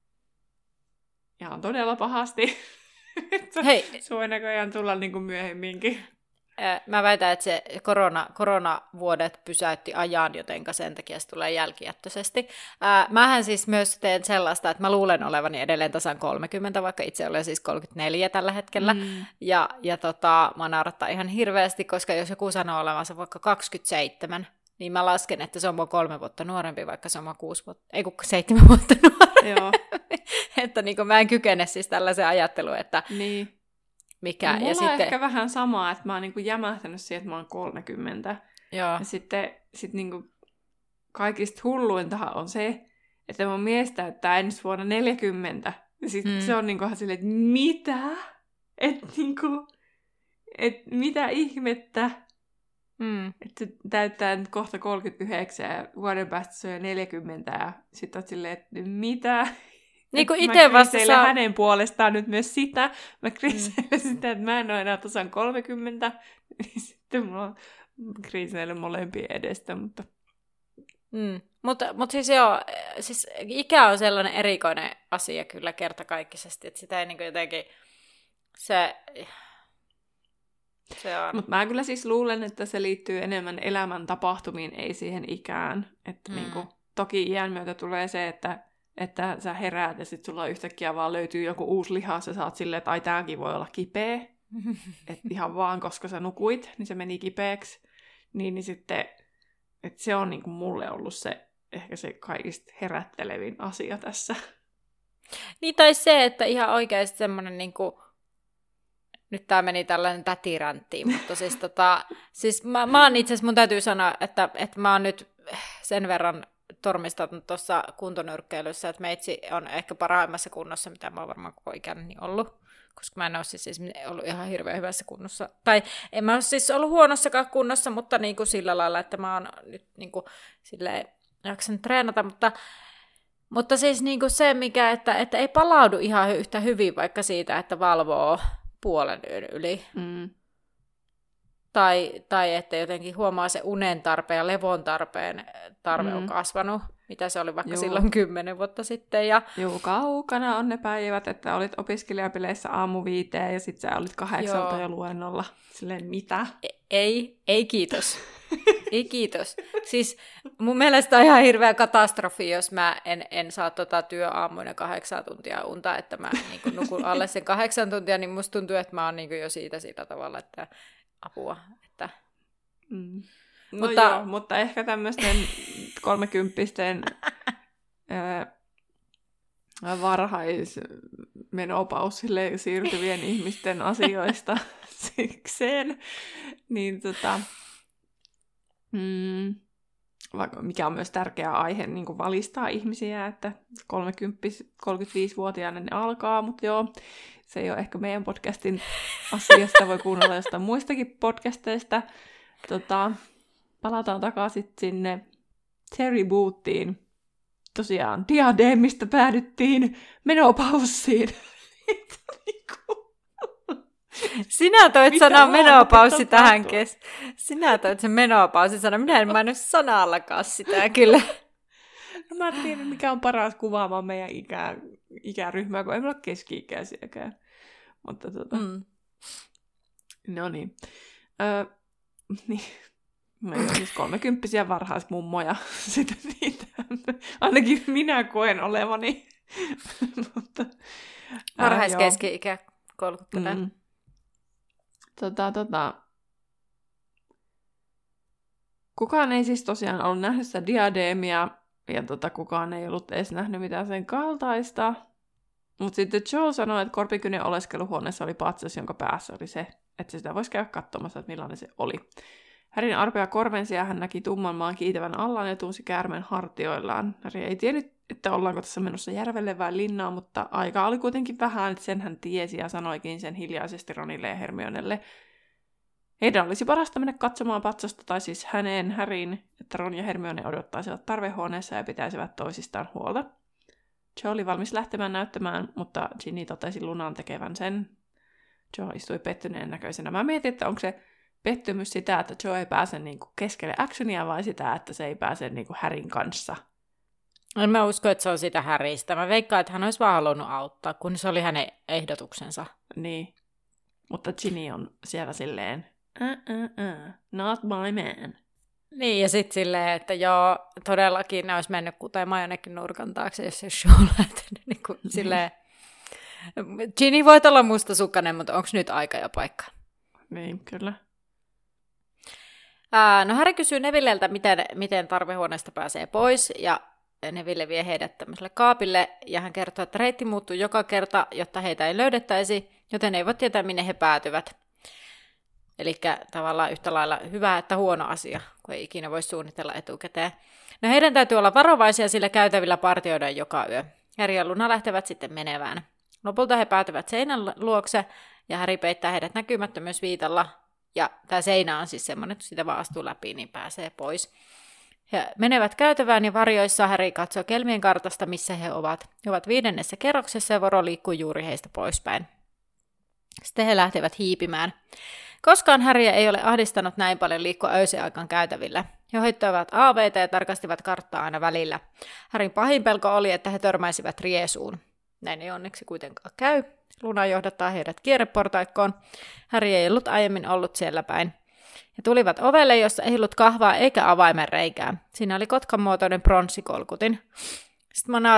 Ihan todella pahasti. Hei. Se voi näköjään tulla niin kuin myöhemminkin. Mä väitän, että se koronavuodet pysäytti ajan, jotenka sen takia se tulee jälkijättöisesti. Mähän siis myös teen sellaista, että mä luulen olevani edelleen tasan 30, vaikka itse olen siis 34 tällä hetkellä. Ja mä naurattaa ihan hirveästi, koska jos joku sanoo olevansa vaikka 27, niin mä lasken, että se on mua 3 vuotta nuorempi, vaikka se on mua 7 vuotta nuorempi. Joo. Että niin mä en kykene siis tällaiseen ajatteluun, että... Niin. Mikä, no, mulla ja on sitten... ehkä vähän samaa, että mä oon niinku jämähtänyt siihen, että mä oon 30. Joo. Ja sitten niinku kaikista hulluintahan on se, että mun mies täyttää ensi vuonna 40. Ja sitten se on niinku ihan silleen, että mitä? Että niinku, mitä ihmettä? Että se täyttää nyt kohta 39 ja vuoden päästä se on jo 40 ja sitten oot silleen, että mitä? Niin kuin itse vasta saa... hänen puolestaan nyt myös sitä. Mä kriiseilen sitä, että mä en ole enää tasan 30. Niin sitten mulla on kriiseilen molempien edestä, mutta... Mutta siis joo, siis ikä on sellainen erikoinen asia kyllä kertakaikkisesti, että sitä ei niin kuin jotenkin... Se on... Mutta mä kyllä siis luulen, että se liittyy enemmän elämän tapahtumiin, ei siihen ikään. Että niinku, toki iän myötä tulee se, että sä heräät ja sit sulla yhtäkkiä vaan löytyy joku uusi lihas ja sä oot silleen, että ai tääkin voi olla kipeä. Että ihan vaan, koska sä nukuit, niin se meni kipeäksi. Niin sitten, että se on niinku mulle ollut se, ehkä se kaikista herättelevin asia tässä. Niin tai se, että ihan oikeasti semmoinen niinku... Nyt tää meni tällainen tätiräntiin, mutta siis, siis mä oon itse asiassa, mun täytyy sanoa, että mä oon nyt sen verran tormistanut tuossa kuntonyrkkeilyssä, että meitsi on ehkä parhaimmassa kunnossa, mitä mä oon varmaan koko ikäni ollut, koska mä en ole siis ollut ihan hirveän hyvässä kunnossa. Tai en mä ole siis ollut huonossakaan kunnossa, mutta niin kuin sillä lailla, että mä oon nyt niin kuin silleen jaksanut treenata, mutta siis niin kuin se, mikä, että ei palaudu ihan yhtä hyvin vaikka siitä, että valvoo puolen yön yli. Tai että jotenkin huomaa se unen tarpeen ja levon tarve on kasvanut, mitä se oli vaikka silloin 10 vuotta sitten. Ja... Joo, kaukana on ne päivät, että olit opiskelijapileissä aamu 5 ja sit sä olit 8 jo luennolla. Silleen, mitä? Ei kiitos. Ei kiitos. Siis mun mielestä on ihan hirveä katastrofi, jos mä en saa työaamuina 8 tuntia unta, että mä niin nukun alle sen 8 tuntia, niin musta tuntuu, että mä oon niin jo siitä sillä tavalla, että apua. Että... No joo, mutta ehkä tämmöisten 30-pisten varhaismenopausille siirtyvien ihmisten asioista sikseen, niin mikä on myös tärkeä aihe niin kuin valistaa ihmisiä, että 35-vuotiaana ne alkaa, mutta joo, se ei ole ehkä meidän podcastin asiasta, voi kuunnella jostain muistakin podcasteista. Palataan takaisin sinne Terry Bootiin. Tosiaan diadeemista päädyttiin menopaussiin. Sinä toit sanan menopaussi tähän Sinä toit sen menopausi sanan. Minä en mainit sanallakaan sitä kyllä. No mä en tiedä, mikä on paras kuvaamaan meidän ikäryhmää, kun ei me ole keski-ikäisiäkään. Mutta No niin. Niin. Meillä on siis 30-vuotiaita varhaismummoja. Sitä niitä. Ainakin minä koen olevani. Mutta, varhaiskeski-ikä 30. Kukaan ei siis tosiaan ollut nähnyt sitä diadeemia, ja kukaan ei ollut edes nähnyt mitään sen kaltaista. Mutta sitten Joe sanoi, että Korpikynen oleskeluhuoneessa oli patsas, jonka päässä oli se, että sitä voisi käydä katsomassa, että millainen se oli. Harryn arpea korvensi ja hän näki tumman maan kiitävän allaan ja tunsi käärmeen hartioillaan. Harry ei tiennyt, että ollaanko tässä menossa järvelle vai linnaan, mutta aika oli kuitenkin vähän, että sen hän tiesi ja sanoikin sen hiljaisesti Ronille ja Hermionelle. Heidän olisi parasta mennä katsomaan patsasta, tai siis Harryn, että Ron ja Hermione odottaisivat tarvehuoneessa ja pitäisivät toisistaan huolta. Joe oli valmis lähtemään näyttämään, mutta Ginny totesi Lunan tekevän sen. Joe istui pettyneen näköisenä. Mä mietin, että onko se pettymys sitä, että Joe ei pääse niinku keskelle actionia, vai sitä, että se ei pääse niinku Harryn kanssa. En mä usko, että se on sitä Harrystä. Mä veikkaan, että hän olisi vaan halunnut auttaa, kun se oli hänen ehdotuksensa. Niin. Mutta Ginny on siellä silleen, not my man. Niin, ja sitten silleen, että joo, todellakin ne olisi mennyt kutemaan jonnekin nurkan taakse, jos se olisi show lähtenyt. Niin kuin, silleen, Ginny voit olla mustasukkainen, mutta onko nyt aika ja paikka? Niin, kyllä. No Harry kysyy Nevilleltä, miten tarvehuoneesta pääsee pois, ja Neville vie heidät tämmöiselle kaapille, ja hän kertoo, että reitti muuttuu joka kerta, jotta heitä ei löydettäisi, joten ei voi tietää, minne he päätyvät. Eli tavallaan yhtä lailla hyvä että huono asia, kun ei ikinä voi suunnitella etukäteen. No heidän täytyy olla varovaisia, sillä käytävillä partioidaan joka yö. Harry ja Luna lähtevät sitten menevään. Lopulta he päätyvät seinän luokse, ja Harry peittää heidät näkymättömyysviitalla. Ja tämä seinä on siis semmoinen, että sitä vaan astuu läpi, niin pääsee pois. He menevät käytävään ja varjoissa Harry katsoo kelmien kartasta, missä he ovat. He ovat 5. kerroksessa ja voro liikkuu juuri heistä poispäin. Sitten he lähtevät hiipimään. Koskaan Harryä ei ole ahdistanut näin paljon liikkua öisen aikaan käytävillä. He hoittoivat aaveita ja tarkastivat karttaa aina välillä. Harryn pahin pelko oli, että he törmäisivät riesuun. Näin ei onneksi kuitenkaan käy. Luna johdattaa heidät kierreportaikkoon. Harry ei ollut aiemmin ollut siellä päin. He tulivat ovelle, jossa ei ollut kahvaa eikä avaimen reikää. Siinä oli kotkan muotoinen pronssikolkutin. Sitten mä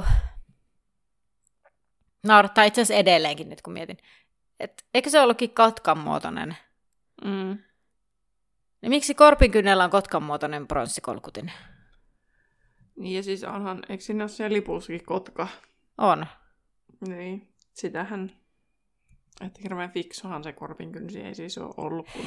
naurattaa itse asiassa edelleenkin nyt, kun mietin. Eikö se ollutkin kotkan muotoinen? Mm. Niin miksi korpinkynnellä on kotkan muotoinen pronssikolkutin? Niin ja siis onhan, eikö siinä ole siellä lipussakin kotka? On. Niin, sitähän, että hirveän fiksuhan se korpinkynsi ei siis ole ollut kun...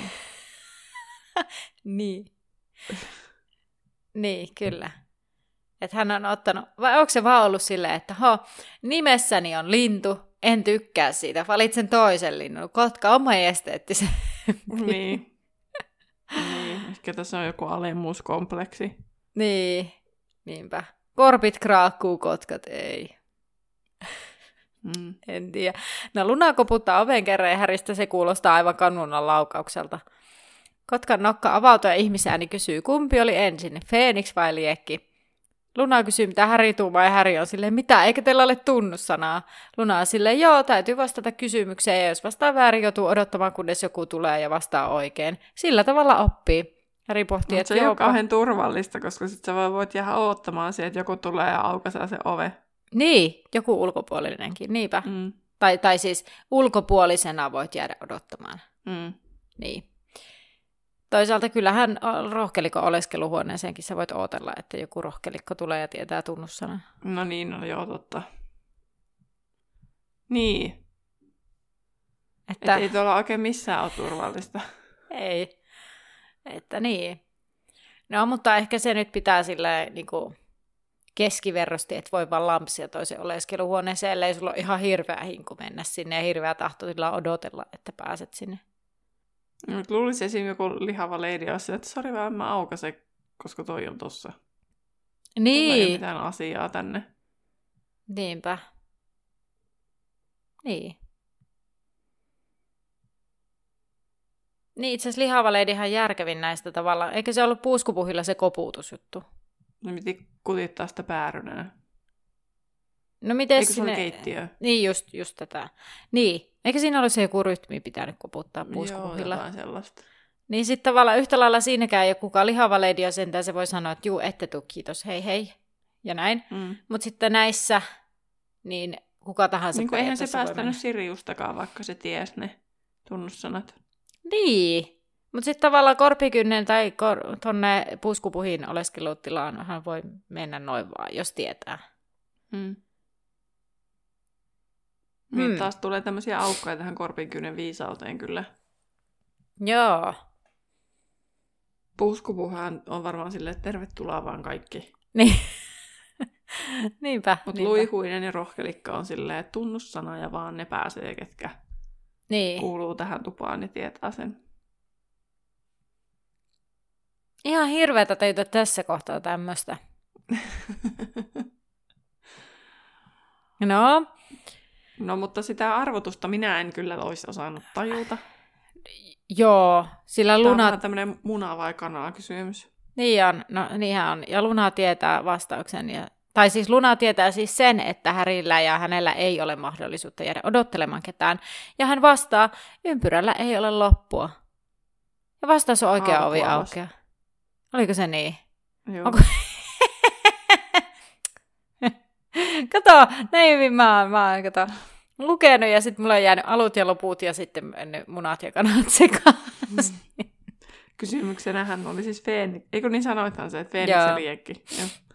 Niin. Niin, kyllä. Että hän on ottanut, vai onko se vaan ollut silleen, että nimessäni on lintu, en tykkää siitä, valitsen toisen linnun. Kotka on majesteettisen. Niin. Niin, ehkä tässä on joku alemmuuskompleksi. Niin, niinpä. Korpit kraakkuu, kotkat ei. En tiedä. No Luna koputtaa oven kerran ja Harrystä se kuulostaa aivan kannunan laukaukselta. Kotkan nokka avautuu ja ihmisääni kysyy, kumpi oli ensin, Feenix vai Liekki? Luna kysyy, mitä Harry tuumaa ja Harry on silleen, mitä, eikä teillä ole tunnussanaa? Luna on silleen, joo, täytyy vastata kysymykseen ja jos vastaa väärin, joutuu odottamaan, kunnes joku tulee ja vastaa oikein. Sillä tavalla oppii. Harry pohtii, että se ei ole kauhean turvallista, koska sitten sä voit jäädä odottamaan siihen, että joku tulee ja aukaisee se ove. Niin, joku ulkopuolinenkin, niinpä. Tai siis ulkopuolisena voit jäädä odottamaan. Niin. Toisaalta kyllähän rohkelikon oleskeluhuoneeseenkin sä voit ootella, että joku rohkelikko tulee ja tietää tunnussanan. No niin, no joo, totta. Niin. Että ei tuolla oikein missään ole turvallista. Ei. Että niin. No, mutta ehkä se nyt pitää silleen niinku keskiverrosti, että voi vaan lampsia toisen oleskeluhuoneeseen, ellei sulla ole ihan hirveä hinku mennä sinne ja hirveä tahtotila odotella, että pääset sinne. Nyt luulisi esiin joku lihava lady olisi, että sori vaan mä aukasen, koska toi on tossa. Niin. Tulee mitään asiaa tänne. Niinpä. Niin. Niin, itse asiassa lihava lady ihan järkevin näistä tavallaan. Eikö se ollut puuskupuhilla se kopuutusjuttu? No piti kutittaa sitä päärynää. No miten eikö se ole keittiö? Niin, just tätä. Niin. Eikö siinä ollut se joku rytmi pitänyt koputtaa puuskupuhilla? Joo, jotain sellaista. Niin sitten tavallaan yhtä lailla siinäkään ei ole kukaan lihava lady, sentään se voi sanoa, että juu, ette tuu, kiitos, hei hei, ja näin. Mutta sitten näissä, niin kuka tahansa niin eihän se päästänyt Siriustakaan, vaikka se ties ne tunnussanat. Niin, mutta sitten tavallaan korpikynnen tai tonne puuskupuhin oleskelutilaan hän voi mennä noin vaan, jos tietää. Niin taas tulee tämmöisiä aukkoja tähän korpinkynnen viisauteen kyllä. Joo. Puuskupuhan on varmaan silleen, että tervetuloa vaan kaikki. Niin. Niinpä. Mutta luihuinen ja rohkelikka on silleen, että tunnussana ja vaan ne pääsee, ketkä kuuluu tähän tupaan, niin tietää sen. Ihan hirveätä teitä tässä kohtaa tämmöistä. No. No, mutta sitä arvotusta minä en kyllä olisi osannut tajuta. Joo, sillä Tämä on Luna... vähän tämmöinen muna- vai kanaa-kysymys. Niin on, no niinhän on. Ja Luna tietää vastauksen. Tai siis Luna tietää siis sen, että Harryllä ja hänellä ei ole mahdollisuutta jäädä odottelemaan ketään. Ja hän vastaa, ympyrällä ei ole loppua. Ja vastaus on oikea ovi aukeaa. Oliko se niin? Joo. Onko... Kato, näin hyvin mä oon lukenut ja sitten mulla on jäänyt alut ja loput ja sitten munat ja kanat sekaan. Kysymyksenähän oli siis Feeniks. Eikö niin sanoithan se, että Feeniksen riekki?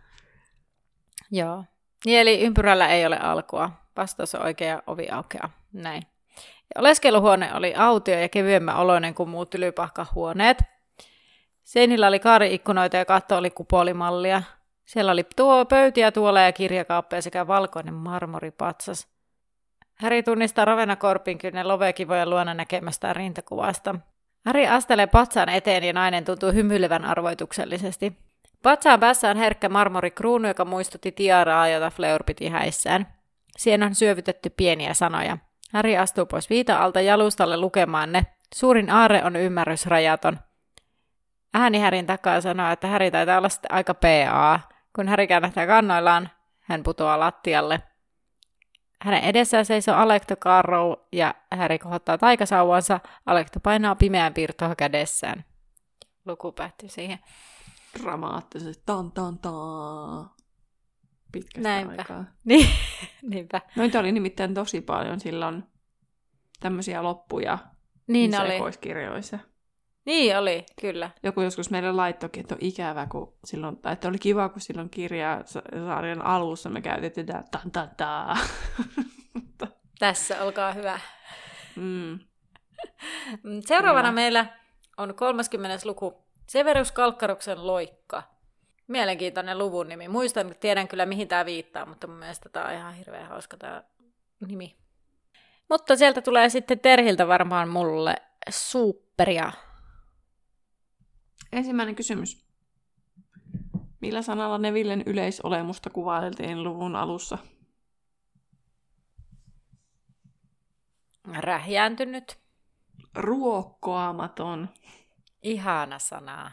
Joo. Niin, eli ympyrällä ei ole alkua. Vastaus on oikea, ovi aukeaa. Näin. Ja oleskeluhuone oli autio ja kevyemmän oloinen kuin muut tylypahkahuoneet. Seinillä oli kaari-ikkunoita ja katto oli kupolimallia. Siellä oli pöytiä, tuoleja ja kirjakaappeja sekä valkoinen marmoripatsas. Harry tunnistaa Rowena Korpinkynnen lovekivojen luona näkemästään rintakuvasta. Harry astelee patsaan eteen ja nainen tuntuu hymyilevän arvoituksellisesti. Patsaan päässä on herkkä marmorikruunu, joka muistutti tiaraa, jota Fleur piti häissään. Siihen on syövytetty pieniä sanoja. Harry astuu pois viita-alta jalustalle lukemaan ne. Suurin aarre on ymmärrysrajaton. Ääni Harryn takaa sanoo, että Harry taitaa olla sitten aika PA. Kun Harry käännähtää kannoillaan, hän putoaa lattialle. Hänen edessään seisoo Alecto Carrow ja Harry kohottaa taikasauvansa. Alecto painaa pimeän piirtoa kädessään. Luku päättyy siihen. Dramaattisesti. Tan. Pitkästä Näinpä. aikaa. Niinpä. Noita oli nimittäin tosi paljon silloin tämmöisiä loppuja niin oli. Sekoiskirjoissa. Niin oli, kyllä. Joku joskus meille laittokin, että on ikävä, kun silloin, tai että oli kiva, kun silloin kirjasarjan alussa me käytettiin tan. Tässä, olkaa hyvä. Seuraavana meillä on 30. luku. Severus Kalkkaroksen loikka. Mielenkiintoinen luvun nimi. Tiedän kyllä mihin tämä viittaa, mutta mun mielestä tämä on ihan hirveän hauska tämä nimi. Mutta sieltä tulee sitten Terhiltä varmaan mulle superia. Ensimmäinen kysymys. Millä sanalla Nevillen yleisolemusta kuvailtiin luvun alussa? Rähjääntynyt. Ruokkoamaton. Ihana sana.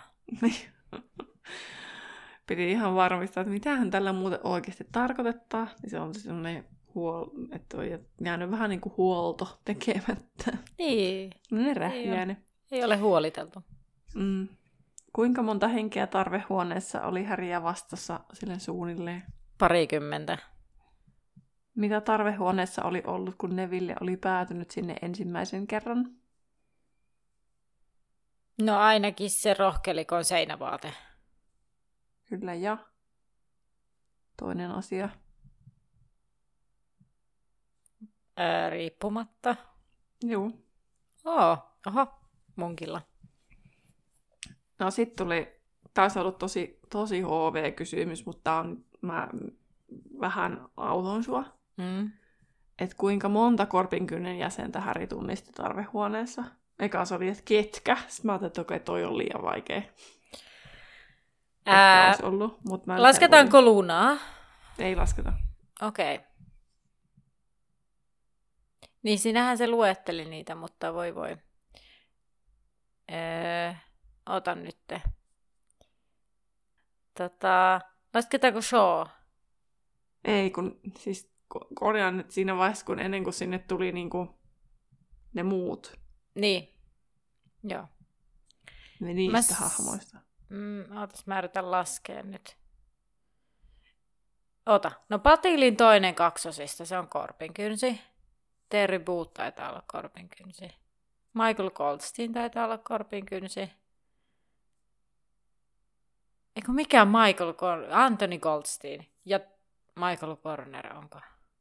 Piti ihan varmistaa, että mitähän tällä muuten oikeasti tarkoittaa. Niin se on sellainen että on jäänyt vähän niin kuin huolto tekemättä. Niin. Rähjäinen. Ei ole huoliteltu. Kuinka monta henkeä tarvehuoneessa oli Harryä vastassa sille suunnilleen? 20. Mitä tarvehuoneessa oli ollut, kun Neville oli päätynyt sinne ensimmäisen kerran? No ainakin se rohkelikon seinävaate. Kyllä ja. Toinen asia. Riippumatta. Joo. Oho, munkilla. No sit tuli, taisi ollut tosi HV-kysymys, mutta mä vähän autoin sua. Että kuinka monta Korpinkynnen jäsentä Harry tunnisti tarvehuoneessa? Eka se oli, että ketkä? Sitten mä ajattelin, että okei, toi on liian vaikea. Olisi ollut, mutta mä lasketaanko Lunaa? Ei lasketa. Okei. Niin sinähän se luetteli niitä, mutta voi. Otan nyt. Lasketaanko Shaw? Ei, kun siis korjaan nyt siinä vaiheessa, kun ennen kuin sinne tuli niinku ne muut. Niin. Joo. Ne niistä hahmoista. Ootas, mä yritän laskea nyt. No Patilin toinen kaksosista, se on Korpinkynsi. Terry Booth taitaa olla Korpinkynsi. Michael Goldstein taitaa olla Korpinkynsi. Eikö mikään Anthony Goldstein ja Michael Corner onko?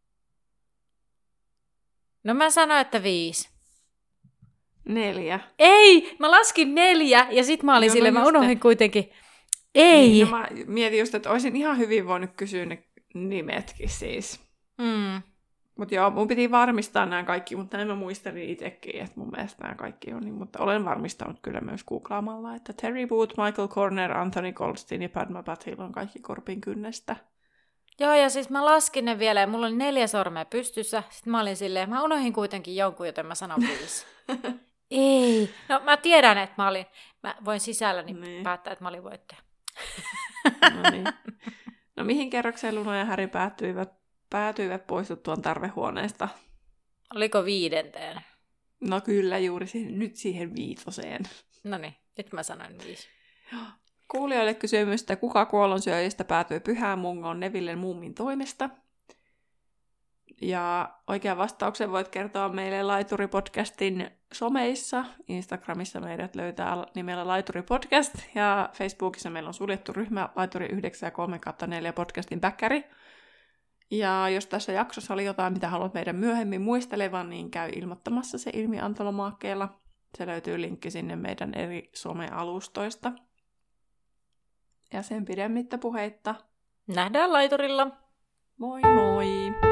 No mä sanoin, että 5. 4. Ei! Mä laskin 4 ja sit mä olin silleen, mä unohdin kuitenkin. Ei! Niin, no mä mietin just, että olisin ihan hyvin voinut kysyä ne nimetkin siis. Mutta joo, mun piti varmistaa nämä kaikki, mutta näin mä muistelin itsekin, että mun mielestä nämä kaikki on niin, mutta olen varmistanut kyllä myös googlaamalla, että Terry Booth, Michael Corner, Anthony Goldstein ja Padma Patil on kaikki Korpinkynnestä. Joo, ja siis mä laskin ne vielä, ja mulla oli 4 sormea pystyssä. Sitten mä olin silleen, mä unohdin kuitenkin jonkun, joten mä sanon 5. Ei. No mä tiedän, että mä voin sisälläni päättää, että mä olin voittaja. No niin. No mihin kerrokseen Luna ja Harry päätyivät poistuttuaan tarvehuoneesta? Oliko 5? No kyllä, juuri nyt siihen 5. No niin, nyt mä sanoin 5. Kuulijoille kysymystä, kuka kuollonsyöjistä päätyi Pyhään Mungoon Nevillen mummin toimesta? Ja oikean vastauksen voit kertoa meille Laituri-podcastin someissa. Instagramissa meidät löytää nimellä Laituri-podcast ja Facebookissa meillä on suljettu ryhmä Laituri 9 ja 3/4 podcastin backkari. Ja jos tässä jaksossa oli jotain, mitä haluat meidän myöhemmin muistelevan, niin käy ilmoittamassa se ilmiantolomaakkeella. Se löytyy linkki sinne meidän eri some-alustoista. Ja sen pidemmittä puheitta. Nähdään laiturilla. Moi moi!